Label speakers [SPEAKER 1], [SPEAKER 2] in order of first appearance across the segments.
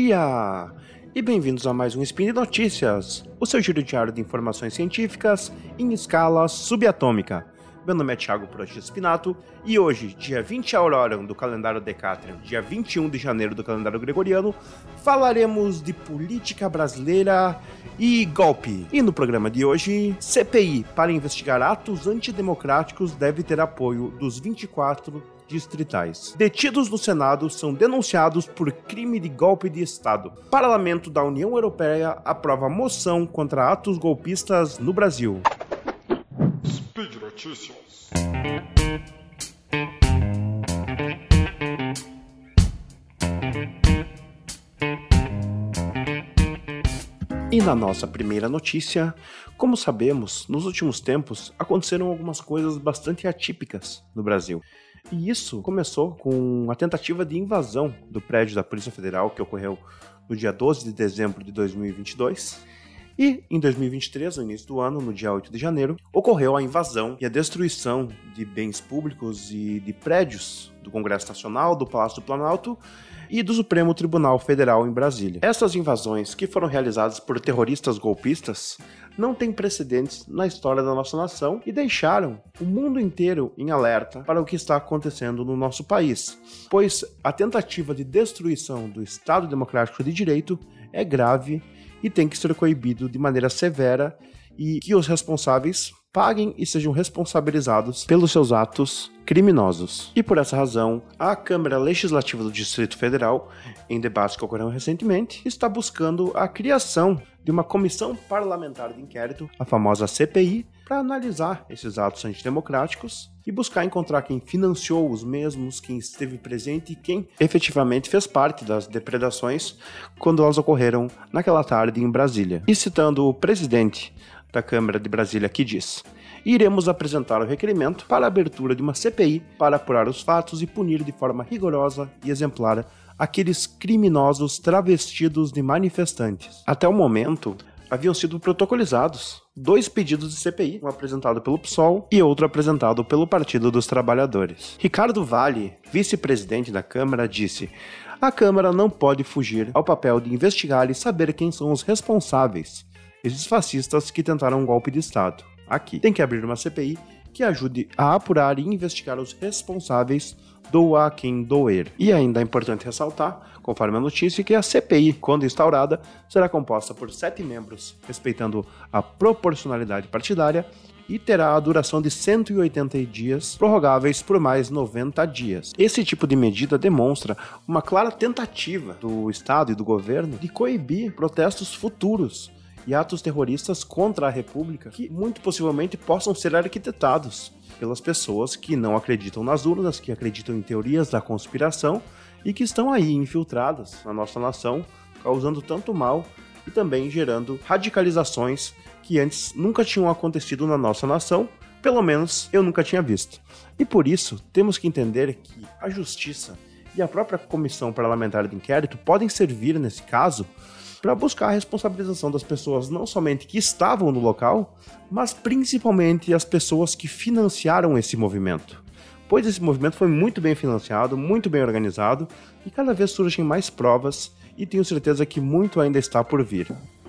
[SPEAKER 1] dia! E bem-vindos a mais um Spin de Notícias, o seu giro diário de informações científicas em escala subatômica. Meu nome é Thiago Prost Spinato e hoje, dia 20 Auroran do calendário Decatrian, dia 21 de janeiro do calendário Gregoriano, falaremos de política brasileira e golpe. E no programa de hoje, CPI para investigar atos antidemocráticos deve ter apoio dos 24 distritais. Detidos no Senado são denunciados por crime de golpe de Estado. Parlamento da União Europeia aprova moção contra atos golpistas no Brasil.
[SPEAKER 2] Speed Notícias.
[SPEAKER 1] E na nossa primeira notícia, como sabemos, nos últimos tempos aconteceram algumas coisas bastante atípicas no Brasil. E isso começou com a tentativa de invasão do prédio da Polícia Federal, que ocorreu no dia 12 de dezembro de 2022. E em 2023, no início do ano, no dia 8 de janeiro, ocorreu a invasão e a destruição de bens públicos e de prédios do Congresso Nacional, do Palácio do Planalto e do Supremo Tribunal Federal em Brasília. Essas invasões, que foram realizadas por terroristas golpistas, não têm precedentes na história da nossa nação e deixaram o mundo inteiro em alerta para o que está acontecendo no nosso país, pois a tentativa de destruição do Estado Democrático de Direito é grave e tem que ser coibido de maneira severa e que os responsáveis paguem e sejam responsabilizados pelos seus atos criminosos. E por essa razão, a Câmara Legislativa do Distrito Federal, em debates que ocorreram recentemente, está buscando a criação de uma comissão parlamentar de inquérito, a famosa CPI, para analisar esses atos antidemocráticos e buscar encontrar quem financiou os mesmos, quem esteve presente e quem efetivamente fez parte das depredações quando elas ocorreram naquela tarde em Brasília. E citando o presidente da Câmara de Brasília, que diz: iremos apresentar o requerimento para a abertura de uma CPI para apurar os fatos e punir de forma rigorosa e exemplar aqueles criminosos travestidos de manifestantes. Até o momento, haviam sido protocolizados 2 pedidos de CPI, um apresentado pelo PSOL e outro apresentado pelo Partido dos Trabalhadores. Ricardo Vale, vice-presidente da Câmara, disse: a Câmara não pode fugir ao papel de investigar e saber quem são os responsáveis, esses fascistas que tentaram um golpe de Estado. Aqui tem que abrir uma CPI que ajude a apurar e investigar os responsáveis, doa a quem doer. E ainda é importante ressaltar, conforme a notícia, que a CPI, quando instaurada, será composta por 7 membros, respeitando a proporcionalidade partidária, e terá a duração de 180 dias, prorrogáveis por mais 90 dias. Esse tipo de medida demonstra uma clara tentativa do Estado e do governo de coibir protestos futuros e atos terroristas contra a República que muito possivelmente possam ser arquitetados pelas pessoas que não acreditam nas urnas, que acreditam em teorias da conspiração e que estão aí infiltradas na nossa nação, causando tanto mal e também gerando radicalizações que antes nunca tinham acontecido na nossa nação, pelo menos eu nunca tinha visto. E por isso, temos que entender que a justiça e a própria comissão parlamentar de inquérito podem servir, nesse caso, para buscar a responsabilização das pessoas não somente que estavam no local, mas principalmente as pessoas que financiaram esse movimento. Pois esse movimento foi muito bem financiado, muito bem organizado, e cada vez surgem mais provas, e tenho certeza que muito ainda está por vir.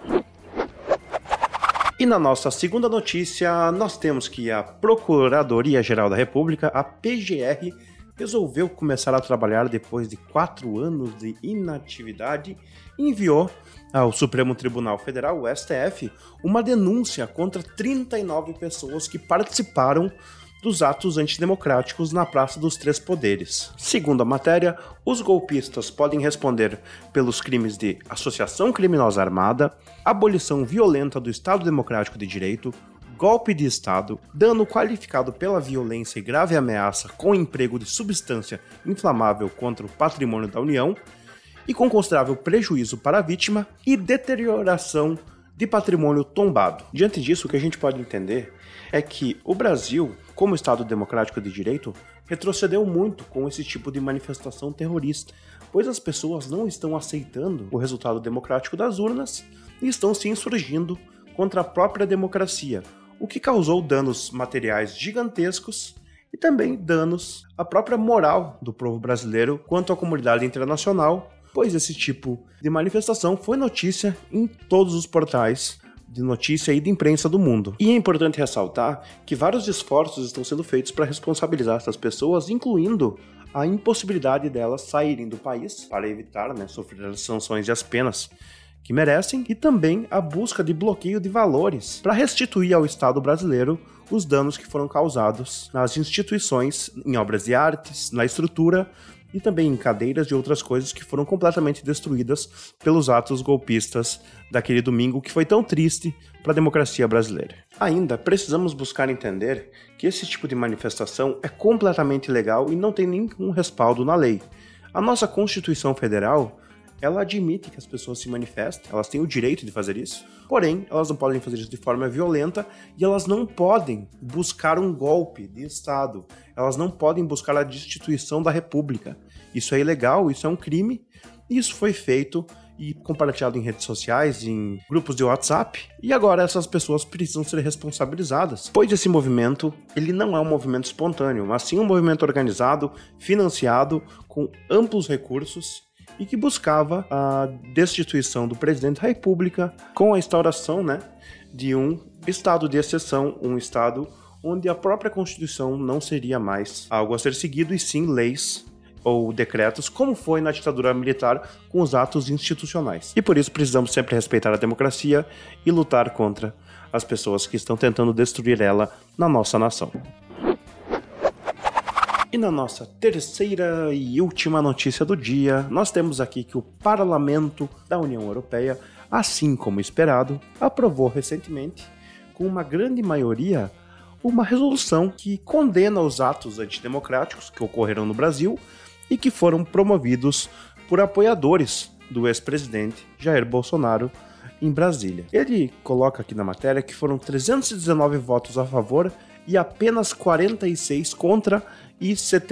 [SPEAKER 1] E na nossa segunda notícia, nós temos que a Procuradoria-Geral da República, a PGR, resolveu começar a trabalhar depois de 4 anos de inatividade e enviou ao Supremo Tribunal Federal, o STF, uma denúncia contra 39 pessoas que participaram dos atos antidemocráticos na Praça dos Três Poderes. Segundo a matéria, os golpistas podem responder pelos crimes de associação criminosa armada, abolição violenta do Estado Democrático de Direito, golpe de Estado, dano qualificado pela violência e grave ameaça com emprego de substância inflamável contra o patrimônio da União e com considerável prejuízo para a vítima e deterioração de patrimônio tombado. Diante disso, o que a gente pode entender é que o Brasil, como Estado Democrático de Direito, retrocedeu muito com esse tipo de manifestação terrorista, pois as pessoas não estão aceitando o resultado democrático das urnas e estão se insurgindo contra a própria democracia, o que causou danos materiais gigantescos e também danos à própria moral do povo brasileiro quanto à comunidade internacional, pois esse tipo de manifestação foi notícia em todos os portais de notícia e de imprensa do mundo. E é importante ressaltar que vários esforços estão sendo feitos para responsabilizar essas pessoas, incluindo a impossibilidade delas saírem do país para evitar, sofrer as sanções e as penas que merecem, e também a busca de bloqueio de valores para restituir ao Estado brasileiro os danos que foram causados nas instituições, em obras de artes, na estrutura e também em cadeiras e outras coisas que foram completamente destruídas pelos atos golpistas daquele domingo que foi tão triste para a democracia brasileira. Ainda precisamos buscar entender que esse tipo de manifestação é completamente ilegal e não tem nenhum respaldo na lei. A nossa Constituição Federal, ela admite que as pessoas se manifestem, elas têm o direito de fazer isso, porém, elas não podem fazer isso de forma violenta e elas não podem buscar um golpe de Estado, elas não podem buscar a destituição da República. Isso é ilegal, isso é um crime, e isso foi feito e compartilhado em redes sociais, em grupos de WhatsApp, e agora essas pessoas precisam ser responsabilizadas, pois esse movimento, ele não é um movimento espontâneo, mas sim um movimento organizado, financiado, com amplos recursos, e que buscava a destituição do presidente da República com a instauração, de um estado de exceção, um estado onde a própria Constituição não seria mais algo a ser seguido, e sim leis ou decretos, como foi na ditadura militar com os atos institucionais. E por isso precisamos sempre respeitar a democracia e lutar contra as pessoas que estão tentando destruir ela na nossa nação. E na nossa terceira e última notícia do dia, nós temos aqui que o Parlamento da União Europeia, assim como esperado, aprovou recentemente, com uma grande maioria, uma resolução que condena os atos antidemocráticos que ocorreram no Brasil e que foram promovidos por apoiadores do ex-presidente Jair Bolsonaro em Brasília. Ele coloca aqui na matéria que foram 319 votos a favor e apenas 46 contra e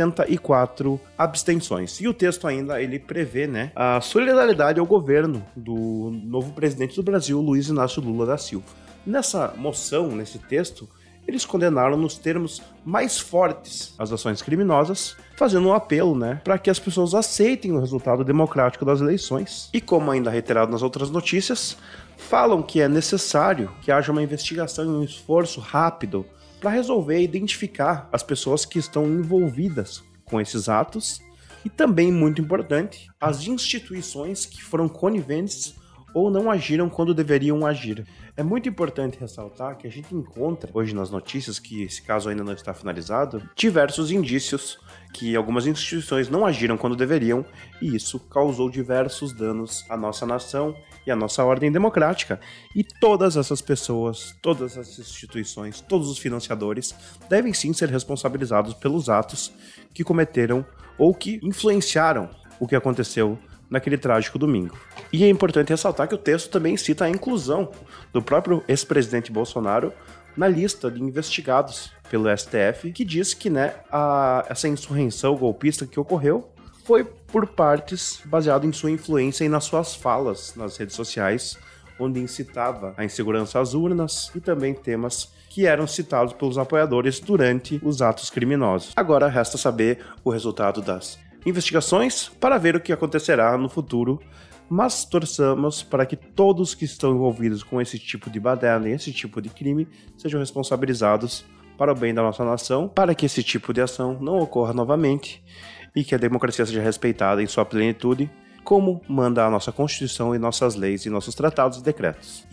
[SPEAKER 1] 74 abstenções. E o texto ainda, ele prevê, a solidariedade ao governo do novo presidente do Brasil, Luiz Inácio Lula da Silva. Nessa moção, nesse texto, eles condenaram nos termos mais fortes as ações criminosas, fazendo um apelo, para que as pessoas aceitem o resultado democrático das eleições. E como ainda reiterado nas outras notícias, falam que é necessário que haja uma investigação e um esforço rápido para resolver identificar as pessoas que estão envolvidas com esses atos e também, muito importante, as instituições que foram coniventes ou não agiram quando deveriam agir. É muito importante ressaltar que a gente encontra hoje nas notícias, que esse caso ainda não está finalizado, diversos indícios que algumas instituições não agiram quando deveriam, e isso causou diversos danos à nossa nação e à nossa ordem democrática. E todas essas pessoas, todas essas instituições, todos os financiadores devem sim ser responsabilizados pelos atos que cometeram ou que influenciaram o que aconteceu naquele trágico domingo. E é importante ressaltar que o texto também cita a inclusão do próprio ex-presidente Bolsonaro na lista de investigados pelo STF, que diz que essa insurreição golpista que ocorreu foi por partes baseado em sua influência e nas suas falas nas redes sociais, onde incitava a insegurança às urnas e também temas que eram citados pelos apoiadores durante os atos criminosos. Agora resta saber o resultado das investigações para ver o que acontecerá no futuro, mas torçamos para que todos que estão envolvidos com esse tipo de baderna e esse tipo de crime sejam responsabilizados para o bem da nossa nação, para que esse tipo de ação não ocorra novamente e que a democracia seja respeitada em sua plenitude, como manda a nossa Constituição e nossas leis e nossos tratados e decretos.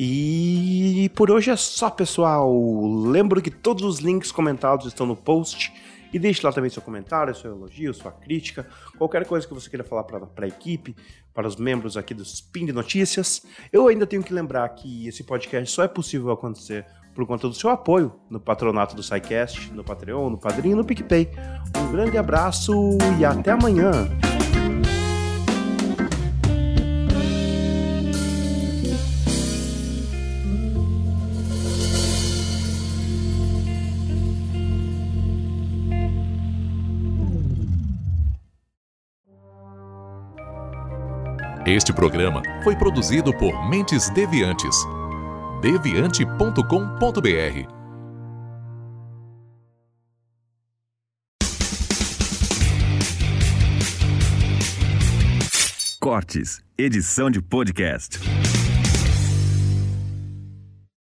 [SPEAKER 1] E por hoje é só, pessoal. Lembro que todos os links comentados estão no post. E deixe lá também seu comentário, seu elogio, sua crítica, qualquer coisa que você queira falar para a equipe, para os membros aqui do Spin de Notícias. Eu ainda tenho que lembrar que esse podcast só é possível acontecer por conta do seu apoio no patronato do SciCast, no Patreon, no Padrinho e no PicPay. Um grande abraço e até amanhã!
[SPEAKER 3] Este programa foi produzido por Mentes Deviantes. deviante.com.br
[SPEAKER 4] Cortes, edição de podcast.